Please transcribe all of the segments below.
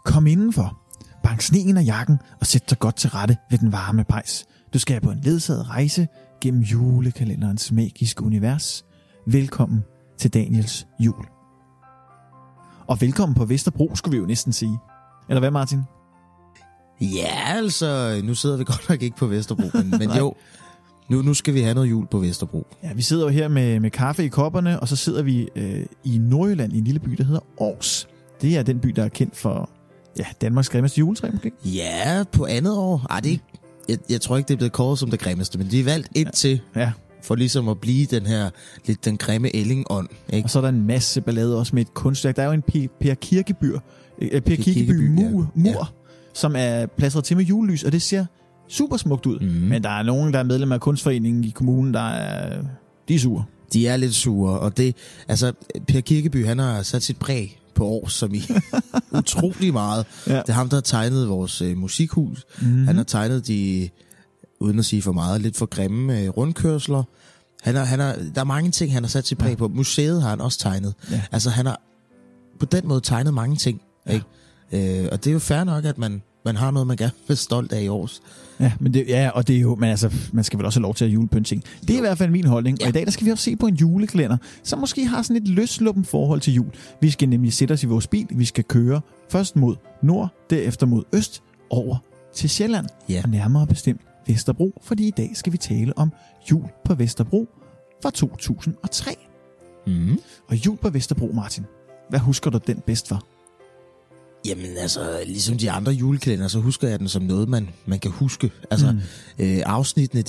Kom indenfor, bank sneen og jakken og sæt dig godt til rette ved den varme pejs. Du skal på en ledsaget rejse gennem julekalenderens magiske univers. Velkommen til Daniels jul. Og velkommen på Vesterbro, skulle vi jo næsten sige. Eller hvad, Martin? Ja, altså, nu sidder vi godt nok ikke på Vesterbro, men jo, nu skal vi have noget jul på Vesterbro. Ja, vi sidder jo her med kaffe i kopperne, og så sidder vi i Nordjylland i en lille by, der hedder Aars. Det er den by, der er kendt for Danmarks grimmeste juletræ, måske? Ja, på andet år. Jeg tror ikke, det er blevet kåret som det grimmeste, men de er valgt indtil for ligesom at blive den her lidt den grimme ælling-ånd. Ikke? Og så er der en masse ballade også med et kunstværk. Der er jo en Per Kirkeby mur, som er plastret til med julelys, og det ser super smukt ud. Men der er nogen, der er medlem af kunstforeningen i kommunen, de er sure. De er lidt sure, og det, altså, Per Kirkeby, han har sat sit præg på år, som i utrolig meget. Ja. Det er ham, der har tegnet vores musikhus. Han har tegnet de, uden at sige for meget, lidt for grimme rundkørsler. Der er mange ting, han har sat sit præg på. Museet har han også tegnet. Ja. Altså, han har på den måde tegnet mange ting. Ja. Ikke? Og det er jo fair nok, at man har noget, man gerne vil være stolt af i års. Ja, men det er jo, men altså, man skal vel også have lov til at julepynte ting. Det er i hvert fald min holdning, og i dag der skal vi også se på en julekalender, som måske har sådan et løsluppen forhold til jul. Vi skal nemlig sætte os i vores bil, vi skal køre først mod nord, derefter mod øst, over til Sjælland, og nærmere bestemt Vesterbro, fordi i dag skal vi tale om jul på Vesterbro fra 2003. Og jul på Vesterbro, Martin, hvad husker du den bedst for? Jamen altså, ligesom de andre julekalender, så husker jeg den som noget, man kan huske. Altså, afsnittene,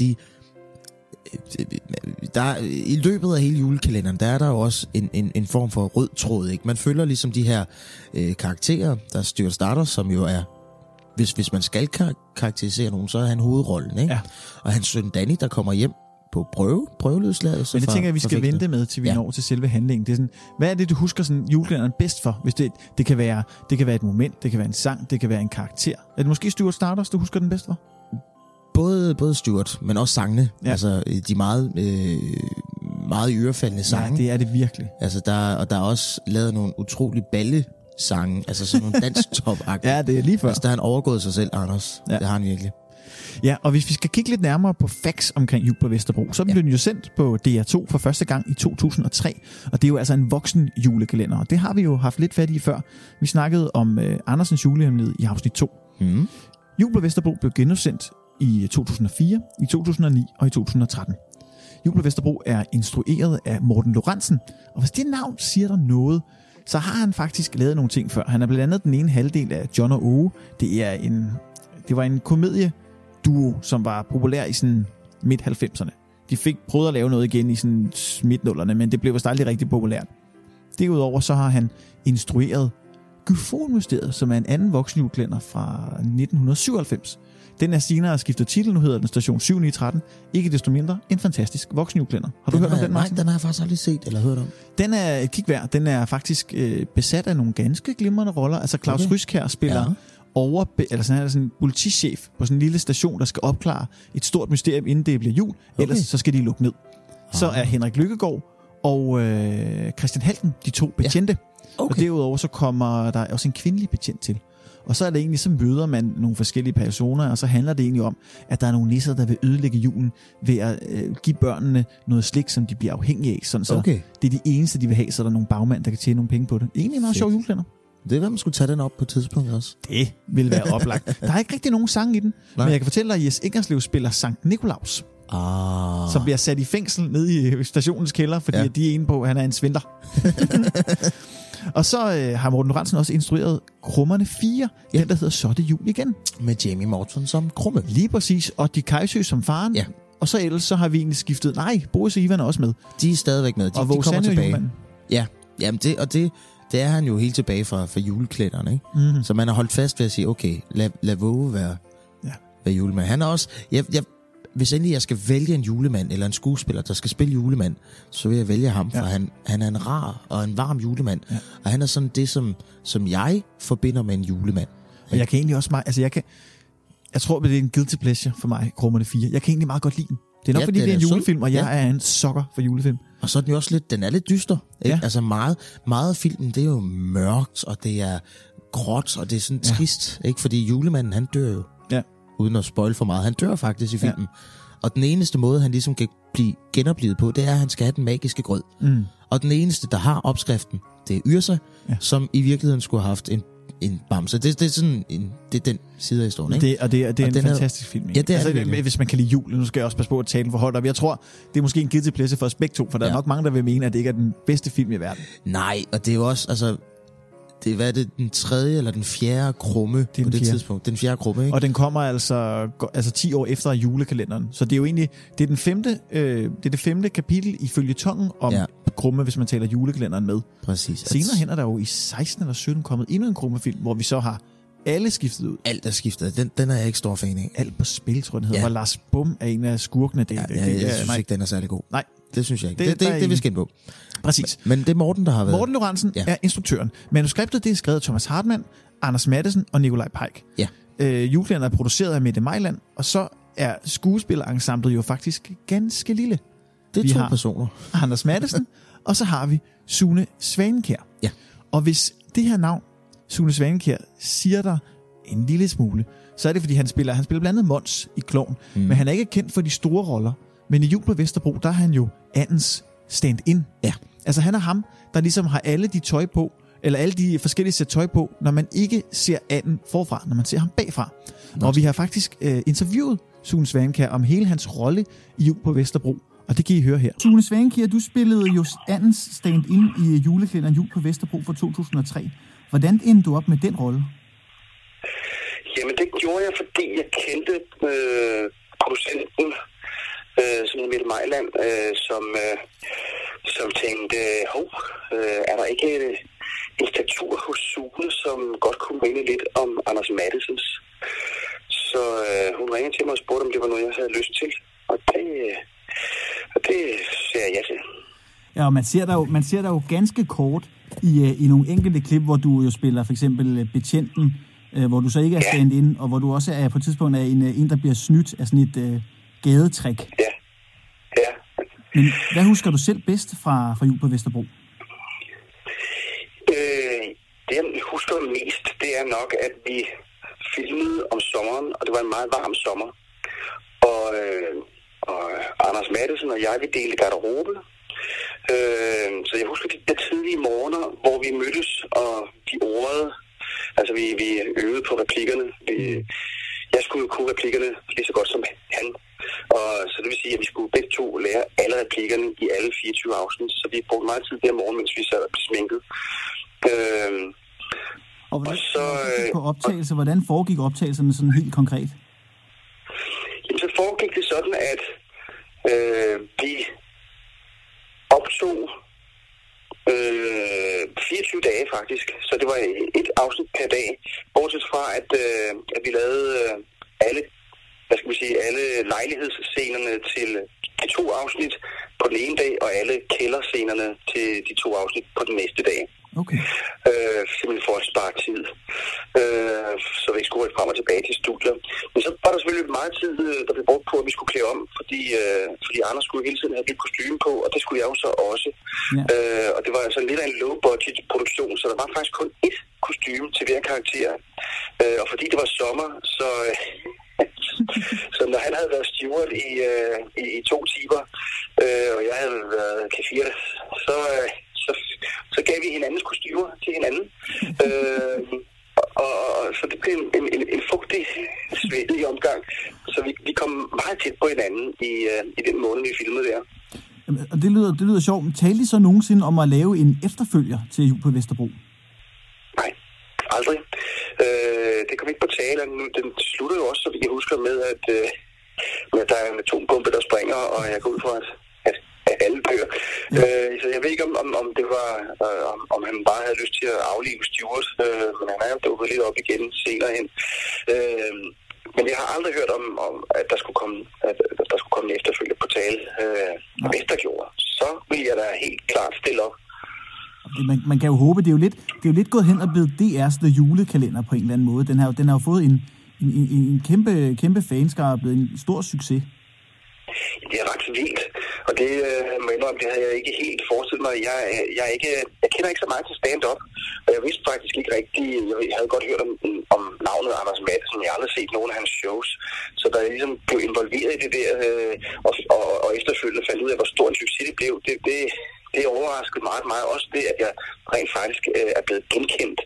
i løbet af hele julekalenderen, der er der jo også en form for rød tråd, ikke? Man følger ligesom de her karakterer, der Stuart Stardust, som jo er, hvis man skal karakterisere nogen, så er han hovedrollen, ikke? Ja. Og hans søn Danny, der kommer hjem på prøveløsladelse. Men det tænker jeg, vi skal vente med, til vi når til selve handlingen. Det er sådan, hvad er det, du husker sådan julekalenderen bedst for? Hvis det kan være et moment, det kan være en sang, det kan være en karakter. Er det måske Stuart Stardust, du husker den bedst for? Både Stuart, men også sangene. Ja. Altså de meget ørefaldende sange. Ja, det er det virkelig. Altså der er også lavet nogle utrolig sange, altså sådan nogle dansk-top-agtige. Ja, det er lige før. Altså der har han overgået sig selv, Anders. Ja. Det har han virkelig. Ja, og hvis vi skal kigge lidt nærmere på facts omkring jul på Vesterbro, så blev den jo sendt på DR2 for første gang i 2003, og det er jo altså en voksen julekalender, og det har vi jo haft lidt fat i før. Vi snakkede om Andersens julehemmelighed i afsnit 2. Jul på Vesterbro blev genudsendt i 2004, i 2009 og i 2013. Jul på Vesterbro er instrueret af Morten Lorentzen, og hvis det navn siger der noget, så har han faktisk lavet nogle ting før. Han er blandt andet den ene halvdel af John og Åge. Det var en komedieduo, som var populær i sådan midt-90'erne. De prøvede at lave noget igen i sådan midt-nullerne, men det blev vist aldrig rigtig populært. Derudover så har han instrueret Gyfonmysteriet, som er en anden voksenjulekalender fra 1997. Den er senere skiftet titel, nu hedder den Station 7913. Ikke desto mindre en fantastisk voksenjulekalender. Har du hørt om den, Martin? Nej, den har jeg faktisk aldrig set eller hørt om. Den er et kig værd. Den er faktisk besat af nogle ganske glimrende roller. Altså Claus Ryskjær spiller sådan en politichef på sådan en lille station, der skal opklare et stort mysterium, inden det bliver jul. Ellers så skal de lukke ned. Så er Henrik Lykkegaard og Christian Halten, de to betjente. Og derudover så kommer der også en kvindelig betjent til. Og så er det egentlig, så møder man nogle forskellige personer, og så handler det egentlig om, at der er nogle nisser, der vil ødelægge julen ved at give børnene noget slik, som de bliver afhængige af. Sådan, så det er de eneste, de vil have, så der er nogle bagmænd, der kan tjene nogle penge på det. Egentlig en meget sjov julekalender. Det er, hvad man skulle tage den op på et tidspunkt også. Det vil være oplagt. Der er ikke rigtig nogen sang i den, men jeg kan fortælle dig, at Jes Ingerslev spiller Sankt Nikolaus. Som bliver sat i fængsel nede i stationens kælder, fordi de er ene på, at han er en svindler. Og så har Morten Lorentzen også instrueret Krummerne 4, den der hedder Så det jul igen. Med Jamie Morton som Krumme. Lige præcis, og de Kajsø som faren. Ja. Og så ellers så har vi egentlig skiftet, Boris og Ivan er også med. De er stadigvæk med, de kommer tilbage. Ja, jamen det er han jo helt tilbage fra juleklæderne, ikke? Mm-hmm. Så man har holdt fast ved at sige, okay, lad Våge være julemand. Han er også, hvis endelig jeg skal vælge en julemand, eller en skuespiller, der skal spille julemand, så vil jeg vælge ham, for han er en rar og en varm julemand. Ja. Og han er sådan det, som jeg forbinder med en julemand. Og jeg kan egentlig også jeg tror, det er en guilty pleasure for mig, Krummerne 4. Jeg kan egentlig meget godt lide den. Det er nok, fordi det er en julefilm, og jeg er en sokker for julefilm. Og så er den jo også lidt dyster. Ikke? Altså meget af filmen, det er jo mørkt, og det er gråt, og det er sådan trist, ikke? Fordi julemanden, han dør jo. Ja. Uden at spoil for meget. Han dør faktisk i filmen. Og den eneste måde, han ligesom kan blive genoplevet på, det er, at han skal have den magiske grød. Og den eneste, der har opskriften, det er Yrsa, som i virkeligheden skulle have haft en bamse. Det er sådan det er den side af historien, ikke? Det er en fantastisk film, ikke? Ja, det er altså, hvis man kan lide jul, nu skal jeg også passe på at tale for højt op. Jeg tror, det er måske en guilty pleasure for os begge to, for der er nok mange, der vil mene, at det ikke er den bedste film i verden. Nej, og det er jo også, altså... Hvad er det, den tredje eller den fjerde krumme på det tidspunkt? Den fjerde krumme, ikke? Og den kommer altså 10 år efter julekalenderen. Så det er jo egentlig, det er det femte kapitel i føljetongen om krumme, hvis man taler julekalenderen med. Præcis. Senere hen er der jo i 16 eller 17 kommet endnu en krummefilm, hvor vi så har alle skiftet ud. Alt er skiftet. Den er jeg ikke stor fan af. Alt på spil, tror jeg, den hedder. Hvor Lars Bum er en af skurkene. Jeg synes ikke, den er særlig god. Nej. Det synes jeg ikke. Det vi skal ind på. Præcis. Men det er Morten, der har været... Morten Lorentzen er instruktøren. Manuskriptet det er skrevet af Thomas Hartmann, Anders Matthesen og Nikolaj Peick. Ja. Julekalenderen er produceret af Mette Mejland, og så er skuespillerensemblet jo faktisk ganske lille. Det er 2 personer. Anders Matthesen, og så har vi Sune Svanenkjær. Ja. Og hvis det her navn, Sune Svanenkjær, siger der en lille smule, så er det, fordi han spiller blandt andet Mons i Klovn, men han er ikke kendt for de store roller. Men i Jul på Vesterbro, der er han jo Andens stand-in. Ja. Altså han er ham, der ligesom har alle de tøj på, eller alle de forskellige sæt tøj på, når man ikke ser anden forfra, når man ser ham bagfra. Og vi har faktisk interviewet Sune Svanenkjær om hele hans rolle i Jul på Vesterbro, og det kan I høre her. Sune Svanenkjær, du spillede jo Andens stand-in i julekalenderen Jul på Vesterbro fra 2003. Hvordan endte du op med den rolle? Jamen det gjorde jeg, fordi jeg kendte producenten, som er Mette Mejland, som tænkte, er der ikke en statur hos Sune, som godt kunne minde lidt om Anders Matthesens? Så hun ringede til mig og spurgte, om det var noget, jeg havde lyst til. Og det ser jeg til. Ja, og man ser dig jo ganske kort i nogle enkelte klip, hvor du jo spiller for eksempel betjenten, hvor du så ikke er stand-in, og hvor du også er på et tidspunkt er en, der bliver snydt af sådan et gadetrik. Ja. Men hvad husker du selv bedst fra Jul på Vesterbro? Det jeg husker mest, det er nok, at vi filmede om sommeren, og det var en meget varm sommer. Og Anders Matthesen og jeg, vi delte garderobe. Så jeg husker de der tidlige morgener, hvor vi mødtes, og de ordede. Altså vi øvede på replikkerne. Jeg skulle jo kunne replikkerne lige så godt som han. Og så det vil sige, at vi skulle begge to lære alle replikkerne i alle 24 afsnit. Så vi brugte meget tid der morgen, mens vi sad og blev sminket. Hvordan foregik optagelserne sådan helt konkret? Jamen, så foregik det sådan, at vi optog 24 dage faktisk. Så det var et afsnit per dag. Bortset fra, at vi lavede alle lejlighedsscenerne til de 2 afsnit på den ene dag, og alle kælderscenerne til de 2 afsnit på den næste dag. Okay. Simpelthen for at spare tid. Så vi ikke skulle rykke frem og tilbage til studier. Men så var der selvfølgelig meget tid, der blev brugt på, at vi skulle klæde om, fordi Anders skulle hele tiden have et kostume på, og det skulle jeg jo så også. Ja. Og det var altså lidt af en low-budget produktion, så der var faktisk kun 1 kostume til hver karakter. Og fordi det var sommer, så når han havde været steward i 2 timer, og jeg havde været kafir, så gav vi hinandens kostymer til hinanden. Og så det blev en fugtig, svedig omgang. Så vi kom meget tæt på hinanden i den måned, vi filmede der. Og det lyder sjovt. Talte I så nogensinde om at lave en efterfølger til Jul på Vesterbro? Nej, aldrig. Det kom ikke på tale. Den slutter jo også, så vi kan huske med, at der er en atombombe, der springer, og jeg går ud fra, at alle dør. Så jeg ved ikke, om det var, om han bare havde lyst til at aflive Stewart, men han er jo dukket lidt op igen senere hen. Men jeg har aldrig hørt om at der skulle komme en efterfølger på tale. Hvis der gjorde, så vil jeg da helt klart stille op. Man kan jo håbe, det er jo lidt gået hen og blevet DR's The Julekalender på en eller anden måde. Den har jo fået en kæmpe fanskare og blevet en stor succes. Det er ret vildt, og det må jeg indrømme, det havde jeg ikke helt forestillet mig. Jeg kender ikke så meget til stand-up, og jeg vidste faktisk ikke rigtigt, jeg havde godt hørt om navnet Anders Matthesen, jeg har aldrig set nogen af hans shows, så da jeg ligesom blev involveret i det der, og efterfølgende fandt ud af, hvor stor en succes det blev, det overraskede meget, også det, at jeg rent faktisk er blevet genkendt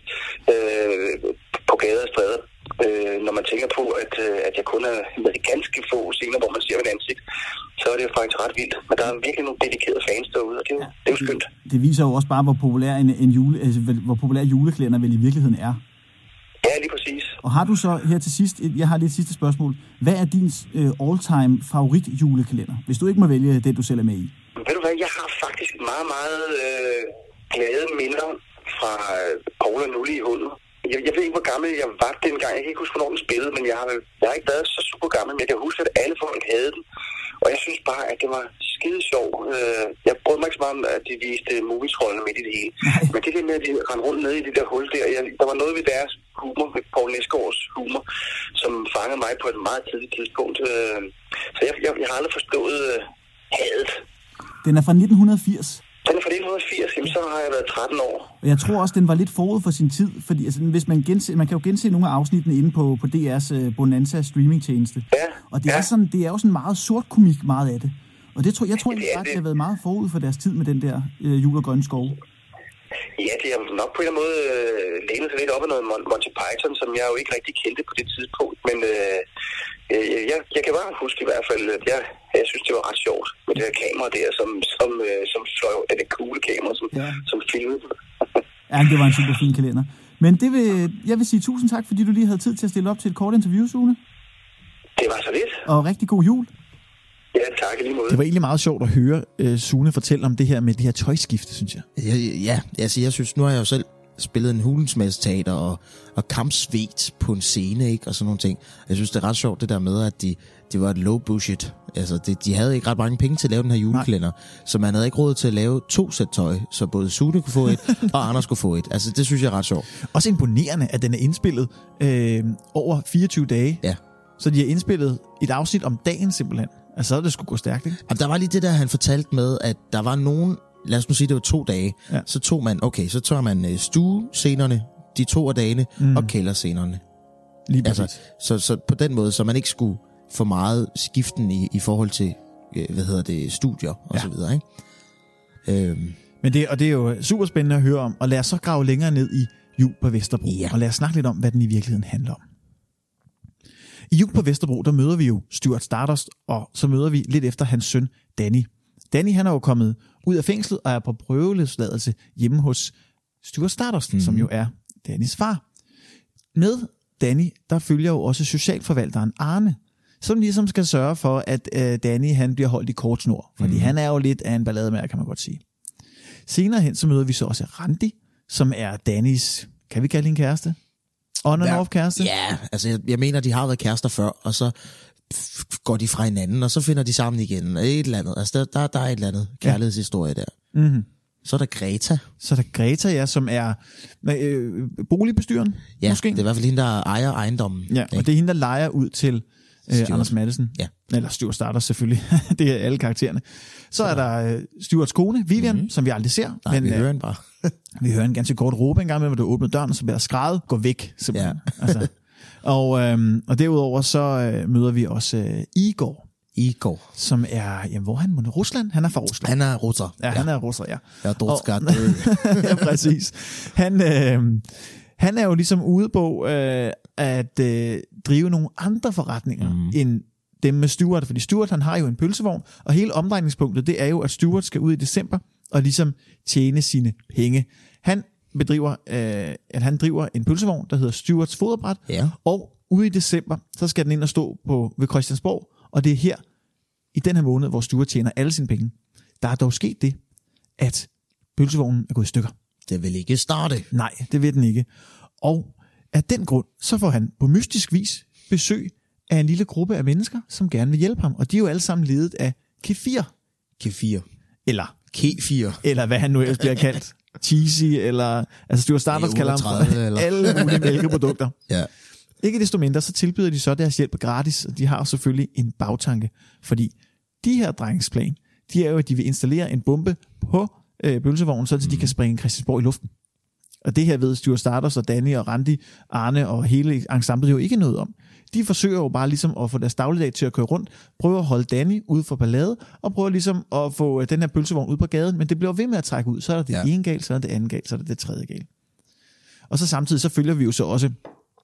på gader og stræder. Når man tænker på, at jeg kun er med ganske få scener, hvor man ser mit ansigt, så er det jo faktisk ret vildt. Men der er virkelig nogle dedikerede fans derude, og det er jo skønt. Det viser jo også bare, hvor populær juleklæder vel i virkeligheden er. Ja, lige præcis. Og har du så her til sidst, jeg har lige et sidste spørgsmål, hvad er din all-time favorit julekalender, hvis du ikke må vælge det, du selv er med i? Ved du hvad, jeg har faktisk meget, meget glade minder fra Poul og Nulle i Hullet. Jeg ved ikke, hvor gammel jeg var dengang. Jeg kan ikke huske, hvornår den spillede, men jeg har ikke været så super gammel, men jeg kan huske, at alle folk havde den. Og jeg synes bare, at det var skide sjov. Jeg brød mig ikke så meget om, at de viste movietrollene midt i det hele. Men det der med, at de rendte rundt nede i det der hul der, der var noget ved deres humor, ved Poul Nesgaards humor, som fangede mig på et meget tidligt tidspunkt. Så jeg har aldrig forstået hadet. Den er fra 1980. Den er fra 1980, jamen, så har jeg været 13 år. Og jeg tror også, den var lidt forud for sin tid, fordi altså, hvis man kan jo gense nogle af afsnittene inde på DR's Bonanza streamingtjeneste. Ja. Og det er jo sådan meget sort komik, meget af det. Og jeg tror faktisk, det har været meget forud for deres tid med den der Jul og Grønne Skove. Ja, det er nok på en eller anden måde lænet sig lidt op af noget Monty Python, som jeg jo ikke rigtig kendte på det tidspunkt. Men jeg kan bare huske i hvert fald, at jeg synes, det var ret sjovt med det her kamera der, som fløj af det coole kamera, som filmede. Ja, det var en super fin kalender. Men jeg vil sige tusind tak, fordi du lige havde tid til at stille op til et kort interview, Sune. Det var så lidt. Og rigtig god jul. Ja, tak lige måde. Det var egentlig meget sjovt at høre Sune fortælle om det her med det her tøjskifte, synes jeg. Ja, altså jeg synes, nu har jeg jo selv spillet en hulensmedsteater og kampsvedt på en scene, ikke? Og sådan nogle ting. Jeg synes, det er ret sjovt det der med, at de var et low budget. Altså, de havde ikke ret mange penge til at lave den her julekalender, så man havde ikke råd til at lave 2 sæt tøj, så både Sune kunne få et, og Anders kunne få et. Altså, det synes jeg er ret sjovt. Også imponerende, at den er indspillet over 24 dage. Ja. Så de har indspillet et afsnit om dagen simpelthen. Altså, så det skulle gå stærkt, ikke? Jamen, der var lige det der, han fortalte med, at der var nogen, lad os nu sige, det var 2 dage, ja. Så tager man stuescenerne, de 2 af dagene, og kælderscenerne. Lige præcis. Altså, så på den måde, så man ikke skulle for meget skiften i forhold til, studier og så videre, ikke? Men det er jo super spændende at høre om, og lad os så grave længere ned i Jul på Vesterbro, og lad os snakke lidt om, hvad den i virkeligheden handler om. I Jul på Vesterbro, der møder vi jo Stuart Stardust, og så møder vi lidt efter hans søn, Danny. Danny, han er jo kommet ud af fængslet og er på prøveløsladelse hjemme hos Stuart Stardust, som jo er Dannys far. Med Danny, der følger jo også socialforvalteren Arne, som ligesom skal sørge for, at Danny han bliver holdt i kort snor, fordi han er jo lidt af en ballademager, kan man godt sige. Senere hen, så møder vi så også Randi, som er Dannys, kan vi kalde hende kæreste? On and off kæreste? Ja, altså jeg mener, de har været kærester før, og så går de fra hinanden, og så finder de sammen igen. Et eller andet. Altså der er et eller andet kærlighedshistorie der. Mm-hmm. Så er der Greta. Ja, som er boligbestyreren, måske? Det er i hvert fald hende, der ejer ejendommen. Ja, og det er hende, der lejer ud til Anders Matthesen. Ja. Eller Stuart Stardust selvfølgelig. Det er alle karaktererne. Så er der Stuarts kone, Vivian, som vi aldrig ser. Nej, men vi hører hende bare. Vi hører en ganske kort råbe en gang med, hvor du åbner døren, og så bliver der skreget, gå væk, simpelthen. Ja. Altså. Og derudover så møder vi også Igor, som er, hvor er han? Rusland? Han er fra Rusland. Han er russer. Ja, han er russer, ja. Ja, ja, præcis. Han er jo ligesom ude på at drive nogle andre forretninger end dem med Stuart, fordi Stuart, han har jo en pølsevogn, og hele omdrejningspunktet, det er jo, at Stuart skal ud i december og ligesom tjene sine penge. Han driver en pølsevogn, der hedder Stuarts Foderbræt, og ude i december, så skal den ind og stå ved Christiansborg, og det er her, i den her måned, hvor Stuart tjener alle sine penge. Der er dog sket det, at pølsevognen er gået i stykker. Det vil ikke starte. Nej, det vil den ikke. Og af den grund, så får han på mystisk vis besøg af en lille gruppe af mennesker, som gerne vil hjælpe ham, og de er jo alle sammen ledet af Kefir. Eller Kefir. Eller hvad han nu ellers bliver kaldt. Cheesy, eller altså Stuart Stardust kalder ham for alle mulige mælkeprodukter. Ja. Ikke desto mindre, så tilbyder de så deres hjælp gratis, og de har selvfølgelig en bagtanke, fordi De her drengsplan, de er jo, at de vil installere en bombe på pølsevognen, så de kan springe Christiansborg i luften. Og det her ved Stuart Stardust og Danny og Randi, Arne og hele ensemblet jo ikke noget om. De forsøger jo bare ligesom at få deres dagligdag til at køre rundt, prøver at holde Danny ude for ballade, og prøver ligesom at få den her pølsevogn ud på gaden, men det bliver ved med at trække ud. Så er der det ene galt, så er der det andet galt, så er der det tredje galt. Og så samtidig så følger vi jo så også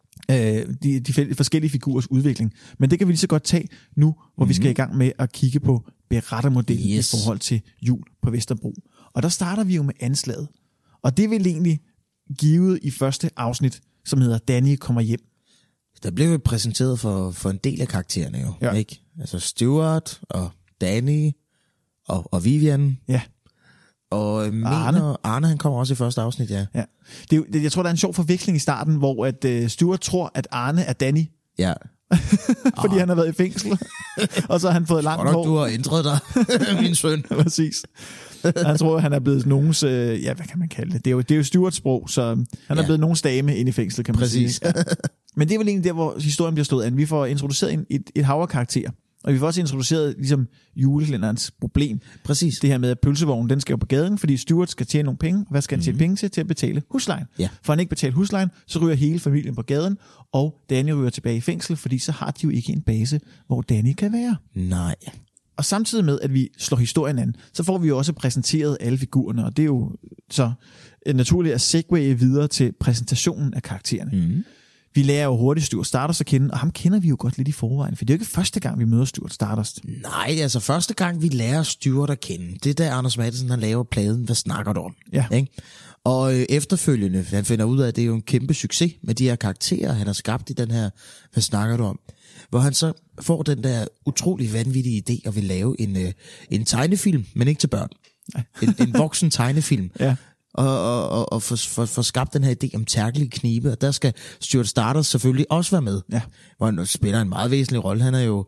de forskellige figurers udvikling. Men det kan vi lige så godt tage nu, hvor vi skal i gang med at kigge på berettermodellen i forhold til Jul på Vesterbro. Og der starter vi jo med anslaget. Og det vil egentlig givet i første afsnit, som hedder Danny kommer hjem. Der blev jo præsenteret for en del af karaktererne jo, ikke? Altså Stuart og Danny og Vivian. Ja. Og Arne han kommer også i første afsnit, ja. Jeg tror, der er en sjov forveksling i starten, hvor at Stuart tror, at Arne er Danny. Ja. Fordi han har været i fængsel. Og så har han fået langt hår. Du har ændret dig, min søn. Præcis. Han tror, han er blevet nogens, hvad kan man kalde det? Det er jo Stuarts sprog, så han er blevet nogens dame inde i fængslet, kan man sige. Ja. Men det er vel egentlig der, hvor historien bliver slået an. Vi får introduceret et hav af karakterer. Og vi får også introduceret ligesom julekalenderens problem. Præcis. Det her med, at pølsevognen, den skal jo på gaden, fordi Stuart skal tjene nogle penge. Hvad skal han tjene penge til? Til at betale huslejen. Ja. For han ikke betale huslejen, så ryger hele familien på gaden, og Danny ryger tilbage i fængsel, fordi så har de jo ikke en base, hvor Danny kan være. Nej. Og samtidig med, at vi slår historien an, så får vi jo også præsenteret alle figurerne, og det er jo så naturligt at segwaye videre til præsentationen af karaktererne. Vi lærer jo hurtigt Stuart Stardust at kende, og ham kender vi jo godt lidt i forvejen, for det er jo ikke første gang, vi møder Stuart Stardust. Nej, altså første gang, vi lærer Stuart at kende, det er da Anders Matthesen, han laver pladen, hvad snakker du om? Ja. Ikke? Og efterfølgende, han finder ud af, at det er jo en kæmpe succes med de her karakterer, han har skabt i den her, hvad snakker du om? Hvor han så får den der utrolig vanvittige idé at vil lave en tegnefilm, men ikke til børn. En voksen tegnefilm. Ja. Og få skabt den her idé om terkelige knibe, og der skal Stuart Stardust selvfølgelig også være med. Ja. Hvor han spiller en meget væsentlig rolle. Han er jo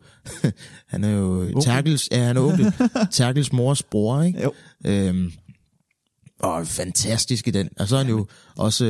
Terkels, han er onkel. Terkels mors bror, ikke? Jo. Og fantastisk i den. Og så er han jo også,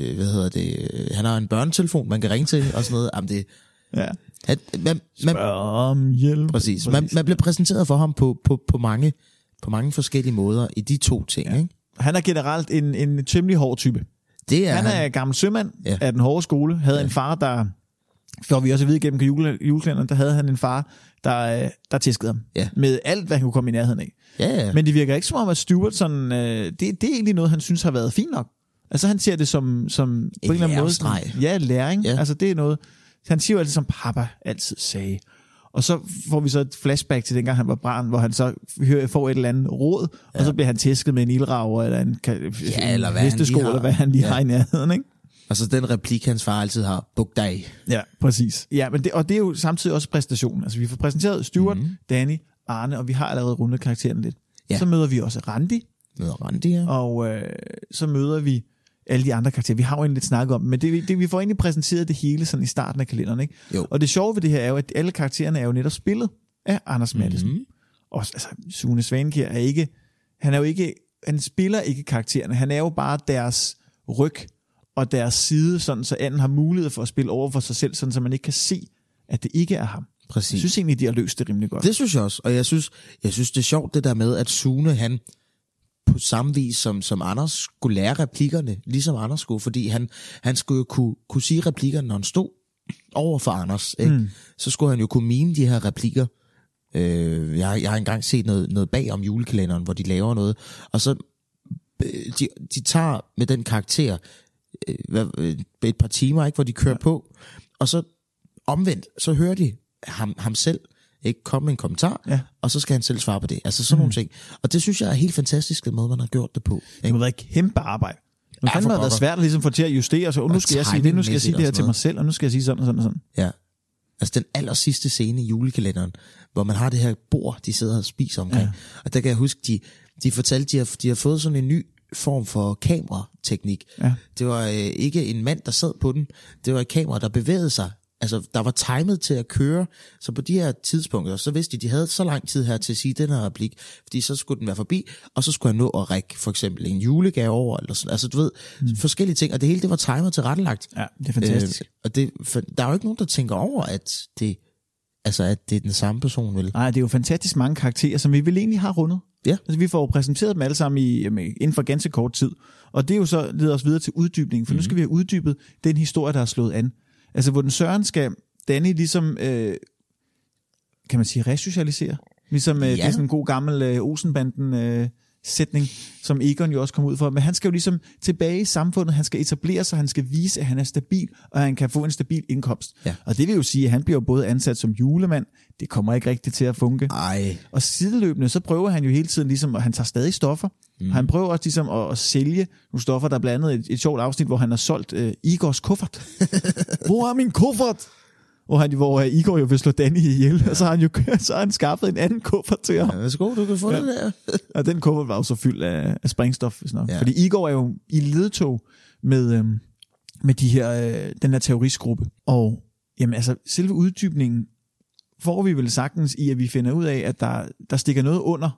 han har en børnetelefon, man kan ringe til, og sådan noget. Jamen det... Ja. Spørg om hjælp. Præcis. Man bliver præsenteret for ham på mange forskellige måder i de to ting, ikke? Han er generelt en temmelig hård type. Det er han er gammel sømand af den hårde skole. Havde en far, der... For vi også at vide gennem julekalenderen, der havde han en far, der tæskede ham. Ja. Med alt, hvad han kunne komme i nærheden af. Ja. Men det virker ikke som om, at Stuart sådan... Det er egentlig noget, han synes har været fint nok. Altså han ser det som på en eller anden måde... Ja, læring. Ja. Altså det er noget... Han siger jo altid, som pappa altid sagde. Og så får vi så et flashback til dengang han var barn, hvor han så får et eller andet råd, og så bliver han tæsket med en ildrager eller en hestesko, eller hvad han lige har i nærheden, ikke? Og så den replik, hans far altid har, buk dig. Ja, præcis. Ja, men det er jo samtidig også præstationen. Altså vi får præsenteret Stuart, Danny, Arne, og vi har allerede rundet karakteren lidt. Ja. Så møder vi også Randi. Og så møder vi alle de andre karakterer. Vi har jo egentlig lidt snakket om, men vi får egentlig præsenteret det hele sådan i starten af kalenderen, ikke? Jo. Og det sjove ved det her er jo, at alle karaktererne er jo netop spillet af Anders Matthesen. Og altså, Sune Svanekjær er ikke, han spiller ikke karaktererne, han er jo bare deres ryg og deres side, sådan så anden har mulighed for at spille over for sig selv, sådan så man ikke kan se, at det ikke er ham. Præcis. Jeg synes egentlig, de har løst det rimelig godt. Det synes jeg også, og jeg synes det er sjovt det der med, at Sune, han på samme vis som Anders skulle lære replikkerne, ligesom Anders skulle, fordi han skulle jo kunne sige replikkerne, når han stod over for Anders, ikke? Så skulle han jo kunne mime de her replikker. Jeg har engang set noget bag om julekalenderen, hvor de laver noget, og så de tager med den karakter et par timer, ikke, hvor de kører på, og så omvendt, så hører de ham selv ikke komme med en kommentar, og så skal han selv svare på det. Altså sådan nogle ting. Og det synes jeg er helt fantastisk, den måde, man har gjort det på. Ikke? Det må være et kæmpe arbejde. Nu kan det have været svært at ligesom få til at justere, så nu skal jeg sige det, nu skal jeg sige det her til mig selv, og nu skal jeg sige sådan og sådan og sådan. Ja. Altså den aller sidste scene i julekalenderen, hvor man har det her bord, de sidder og spiser omkring. Ja. Og der kan jeg huske, de fortalte, de har fået sådan en ny form for kamerateknik. Ja. Det var ikke en mand, der sad på den. Det var et kamera, der bevægede sig. Altså, der var timet til at køre, så på de her tidspunkter, så vidste de havde så lang tid her til at sige den her replik, fordi så skulle den være forbi, og så skulle han nå at række for eksempel en julegave over, eller sådan. Altså, du ved, forskellige ting, og det hele, det var timet til rettelagt. Ja, det er fantastisk. Og der er jo ikke nogen, der tænker over, at det altså, at det er den samme person, vel? Nej, det er jo fantastisk mange karakterer, som vi vel egentlig har rundet. Ja. Altså, vi får præsenteret dem alle sammen inden for ganske kort tid. Og det er jo så leder os videre til uddybning, for nu skal vi have uddybet den historie, der er slået an. Altså, hvor den Søren skal Danny ligesom, kan man sige, resocialisere. Ligesom det er sådan en god gammel Olsenbanden sætning, som Egon jo også kom ud for. Men han skal jo ligesom tilbage i samfundet, han skal etablere sig, han skal vise, at han er stabil, og han kan få en stabil indkomst. Ja. Og det vil jo sige, at han bliver både ansat som julemand, det kommer ikke rigtigt til at funke. Ej. Og sideløbende, så prøver han jo hele tiden ligesom, og han tager stadig stoffer. Han prøver også ligesom at sælge nogle stoffer, der er blandt andet et sjovt afsnit, hvor han har solgt Igors kuffert. Hvor er min kuffert? Hvor Igor jo vil slå Danny ihjel, og så har han skaffet en anden kuffert til ham. Ja, værsgo, du kan få det der. Og den kuffert var jo så fyldt af sprængstof. Ja. Fordi Igor er jo i ledtog med de her, den her terroristgruppe. Og jamen, altså, selve uddybningen får vi vel sagtens i, at vi finder ud af, at der stikker noget under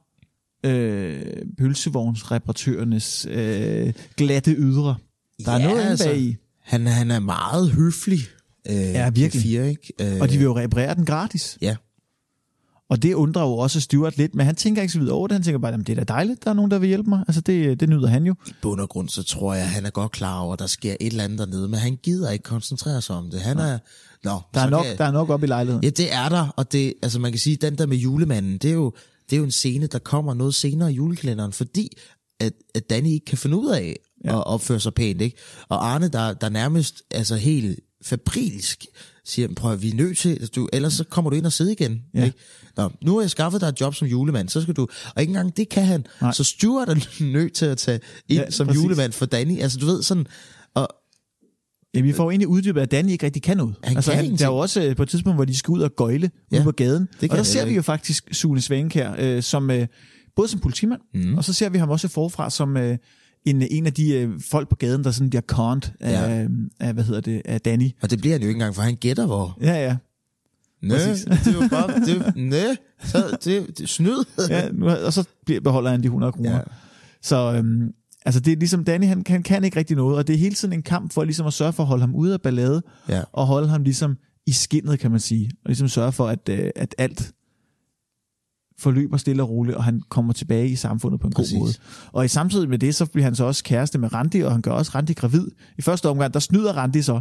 pølsevognsreparatørernes glatte ydre. Der er noget altså, bag i. Han er meget høflig. Ja, virkelig. Fire, ikke? Og de vil jo reparere den gratis. Ja. Og det undrer jo også Stuart lidt, men han tænker ikke så videre over det. Han tænker bare, det er da dejligt, der er nogen, der vil hjælpe mig. Altså, det nyder han jo. I bund og grund, så tror jeg, han er godt klar over, at der sker et eller andet dernede, men han gider ikke koncentrere sig om det. Han er... Der er nok op i lejligheden. Ja, det er der, og det, altså man kan sige, den der med julemanden, det er jo en scene, der kommer noget senere i julekalenderen, fordi at Danny ikke kan finde ud af at opføre sig pænt, ikke? Og Arne, der nærmest altså helt fabrilsk siger, prøv at vi er nødt til, ellers så kommer du ind og sidde igen. Ja. Ikke? Nå, nu har jeg skaffet dig et job som julemand, så skal du, og ikke engang det kan han. Nej. Så Stuart er nødt til at tage ind som julemand for Danny. Altså du ved sådan, og ja, vi får egentlig uddybet, at Danny ikke rigtig kan noget. Der er jo også på et tidspunkt, hvor de skal ud og gøjle ude på gaden. Og der ser vi jo faktisk Sune Svankær som både som politimand, og så ser vi ham også forfra som en af de folk på gaden, der sådan bliver conned af Danny. Og det bliver han jo ikke engang, for han gætter hvor. Ja. Nø, det er jo bare, det er snyd. Ja, og så beholder han de 100 kroner. Ja. Så altså det er ligesom Danny, han kan ikke rigtig noget, og det er hele tiden en kamp for ligesom at sørge for at holde ham ude af ballade, og holde ham ligesom i skindet, kan man sige, og ligesom sørge for, at alt forløber stille og roligt, og han kommer tilbage i samfundet på en god måde. Og i samtidig med det, så bliver han så også kæreste med Randi, og han gør også Randi gravid. I første omgang, der snyder Randi så,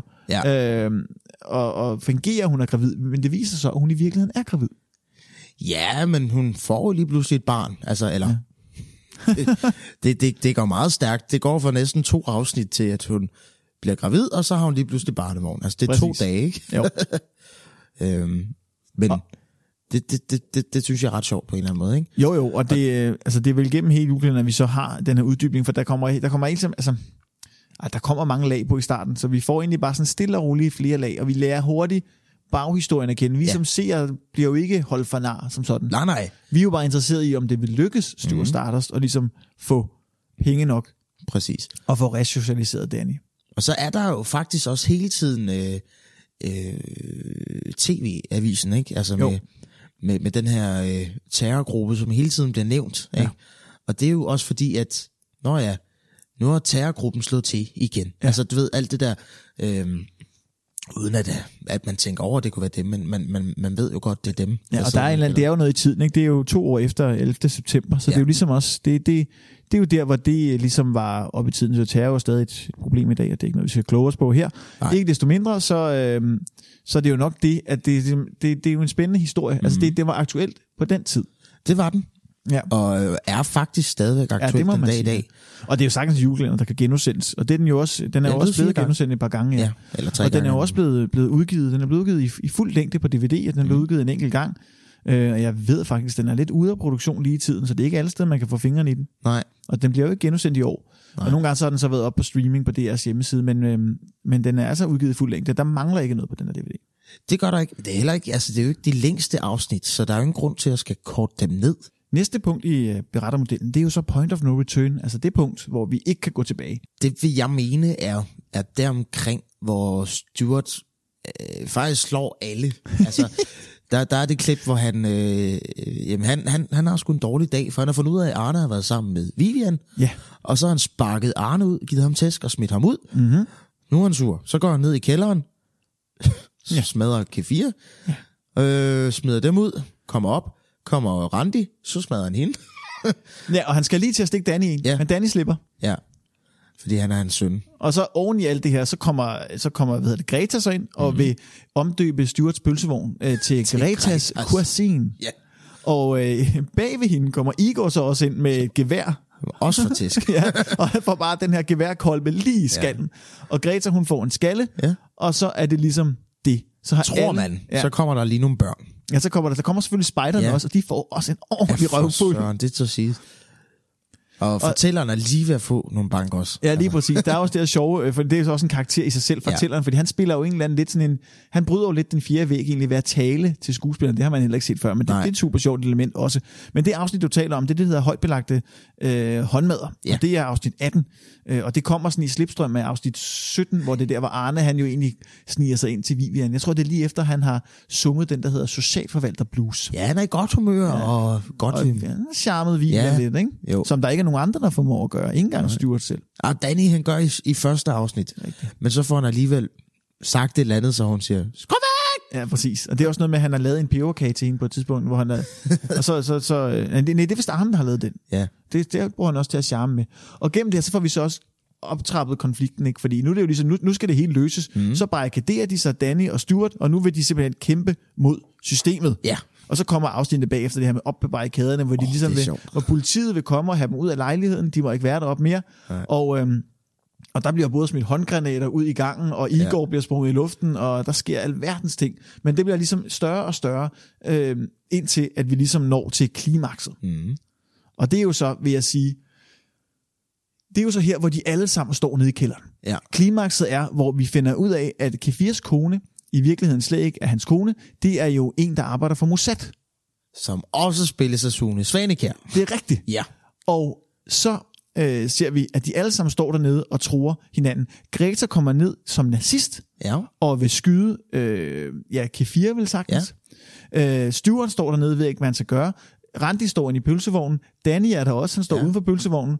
og fungerer, hun er gravid, men det viser sig, at hun i virkeligheden er gravid. Ja, men hun får jo lige pludselig et barn, altså, eller... Ja. det går meget stærkt. Det går for næsten 2 afsnit til, at hun bliver gravid, og så har hun lige pludselig barnevogn. Altså, det er 2 dage, ikke? Jo. Men... Det synes jeg er ret sjovt på en eller anden måde, ikke? Jo, og det er vel gennem hele julen, at vi så har den her uddybning, for der kommer ikke altså, der kommer mange lag på i starten, så vi får egentlig bare sådan stille og roligt flere lag, og vi lærer hurtigt baghistorien at kende. Vi som seere bliver jo ikke holdt for nar som sådan. Nej. Vi er jo bare interesseret i, om det vil lykkes Stuart Stardust, og ligesom få penge nok. Præcis. Og få resocialiseret Danny. Og så er der jo faktisk også hele tiden TV-avisen, ikke? Altså med den her terrorgruppe, som hele tiden bliver nævnt. Ikke? Og det er jo også fordi, at nu har terrorgruppen slået til igen. Ja. Altså du ved, alt det der, uden at man tænker over, at det kunne være dem, men man ved jo godt, det er dem. Ja, og der er det er jo noget i tiden, ikke? Det er jo 2 år efter 11. september, så det er jo ligesom også, det er jo der, hvor det ligesom var oppe i tiden, så terror er stadig et problem i dag, og det er ikke noget, vi skal kloge os på her. Nej. Ikke desto mindre, så det er jo nok det, at det er jo en spændende historie. Altså det var aktuelt på den tid. Det var den. Ja. Og er faktisk stadigvæk aktuelt den dag i dag. Og det er jo sagtens julekalender, der kan genudsendes. Og det er den jo også, den er jo også blevet genudsendt et par gange. Ja. Eller 3 og gange. Den er jo også blevet udgivet. Den er blevet udgivet i fuld længde på DVD, og den er blevet udgivet en enkelt gang. Og jeg ved faktisk, den er lidt ude af produktion lige i tiden, så det er ikke alle steder, man kan få fingrene i den. Nej. Og den bliver jo ikke genudsendt i år. Nej. Og nogle gange så har den så været op på streaming på DR's hjemmeside, men den er altså udgivet i fuld længde. Der mangler ikke noget på den her DVD. Det gør der ikke. Det er heller ikke, altså det er jo ikke de længste afsnit, så der er jo ingen grund til at skal korte dem ned. Næste punkt i berettermodellen, det er jo så point of no return, altså det punkt, hvor vi ikke kan gå tilbage. Det vil jeg mene er deromkring, hvor Stuart faktisk slår alle. Altså, der er det klip, hvor han har sgu en dårlig dag, for han har fundet ud af, at Arne har været sammen med Vivian, og så har han sparket Arne ud, givet ham tæsk og smidt ham ud. Mm-hmm. Nu er han sur. Så går han ned i kælderen, smadrer K4, Smider dem ud, kommer Randi, så smadrer han hende. Ja, og han skal lige til at stikke Danny ind, men Danny slipper. Ja, fordi han er hans søn. Og så oven i alt det her, så kommer Greta så ind og vil omdøbe Stuarts pølsevogn til Gretas Cuisine. Ja. Og bag ved hende kommer Igor så også ind med et gevær. Også for tisk. Ja, og han får bare den her geværkolbe lige i skallen. Ja. Og Greta, hun får en skalle, og så er det ligesom det. Så har tror man, så kommer der lige nogle børn. Ja, så kommer selvfølgelig spejderne også, og de får også en ordentlig røvfuld. Det er så sige. Og fortælleren er lige ved at få nogle bank også. Ja, lige præcis. Der er også det her sjove, for det er jo også en karakter i sig selv, fortælleren, fordi han spiller jo en eller anden lidt sådan en, han bryder jo lidt den fjerde væg egentlig ved at tale til skuespilleren. Det har man heller ikke set før, men det er et super sjovt element også. Men det afsnit, du taler om, det hedder højtbelagte håndmadder, og det er afsnit 18, og det kommer sådan i slipstrøm af afsnit 17, hvor det der, hvor Arne, han jo egentlig sniger sig ind til Vivian. Jeg tror, det er lige efter, han har sunget den, der hedder Socialforvalter Blues. Ja, han er i godt humør, og godt charmet Vivian lidt, ikke? Jo. Som der ikke er nogen andre, der formår at gøre. Ingen gang Stuart selv. Og Danny, han gør i første afsnit. Rigtig. Men så får han alligevel sagt et eller andet, så hun siger, skru væk! Ja, præcis. Og det er også noget med, at han har lavet en peberkage til hende på et tidspunkt, hvor han er... og nej, det er vist Arne, der har lavet den. Ja. Det bruger han også til at charme med. Og gennem det her, så får vi så også optrappet konflikten, ikke? Fordi nu er det jo ligesom, nu skal det hele løses. Så barrikaderer de sig, Danny og Stuart, og nu vil de simpelthen kæmpe mod systemet. Ja. Og så kommer afsnittet bagefter det her med op på barrikaderne, hvor de ligesom hvor politiet vil komme og have dem ud af lejligheden. De må ikke være deroppe mere. Og der bliver både smidt håndgranater ud i gangen, og Igor bliver sprunget i luften, og der sker alverdens ting. Men det bliver ligesom større og større, indtil at vi ligesom når til klimakset. Og det er jo så, vil jeg sige, det er jo så her, hvor de alle sammen står nede i kælderen. Ja. Klimakset er, hvor vi finder ud af, at Kefirs kone i virkeligheden slet ikke er hans kone. Det er jo en, der arbejder for Mossad. Som også spilles af Sune Svanekjær. Det er rigtigt. Ja. Og så ser vi, at de alle sammen står dernede og truer hinanden. Greta kommer ned som nazist, og vil skyde Kefir, vil sagtens. Ja. Stuart står dernede, ved ikke, hvad han skal gøre. Randi står inde i pølsevognen. Danny er der også, han står uden for pølsevognen.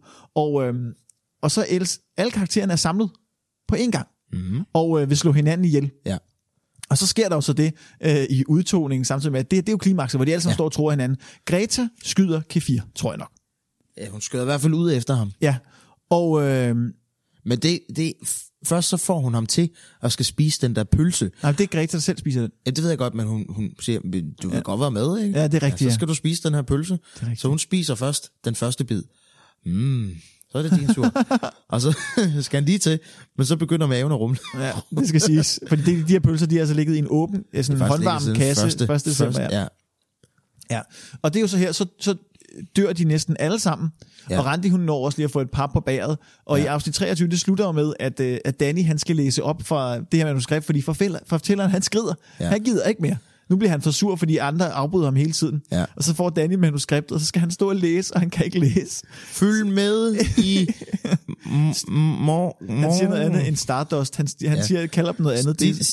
Og så alle karaktererne er samlet på én gang. Og vil slå hinanden ihjel. Ja. Og så sker der jo så det i udtogningen, samtidig med, at det er jo klimakset, hvor de alle sammen står og tror hinanden. Greta skyder Kefir, tror jeg nok. Ja, hun skyder i hvert fald ud efter ham. Ja, og... men det først så får hun ham til at skal spise den der pølse. Nej, det er Greta, der selv spiser den. Ja, det ved jeg godt, men hun siger, du vil godt være med, ikke? Ja, det er rigtigt, så skal du spise den her pølse. Så hun spiser først den første bid. Så er det din tur. Og så skal han lige til, men så begynder maven at rumle. Ja, det skal siges. Fordi de her pølser, de har altså ligget i en åben, sådan en håndvarm kasse. 1. december. Ja. Og det er jo så her, så dør de næsten alle sammen. Ja. Og Randi, hun når også lige at få et par på bæret. Og i afsnit 23, det slutter jo med, at Danny, han skal læse op fra det her manuskript, fordi fortælleren, han skrider. Ja. Han gider ikke mere. Nu bliver han for sur, fordi andre afbryder ham hele tiden. Ja. Og så får Danny manuskriptet, og så skal han stå og læse, og han kan ikke læse. Følg med i... Han siger noget andet end Stardust. Han kalder dem noget andet.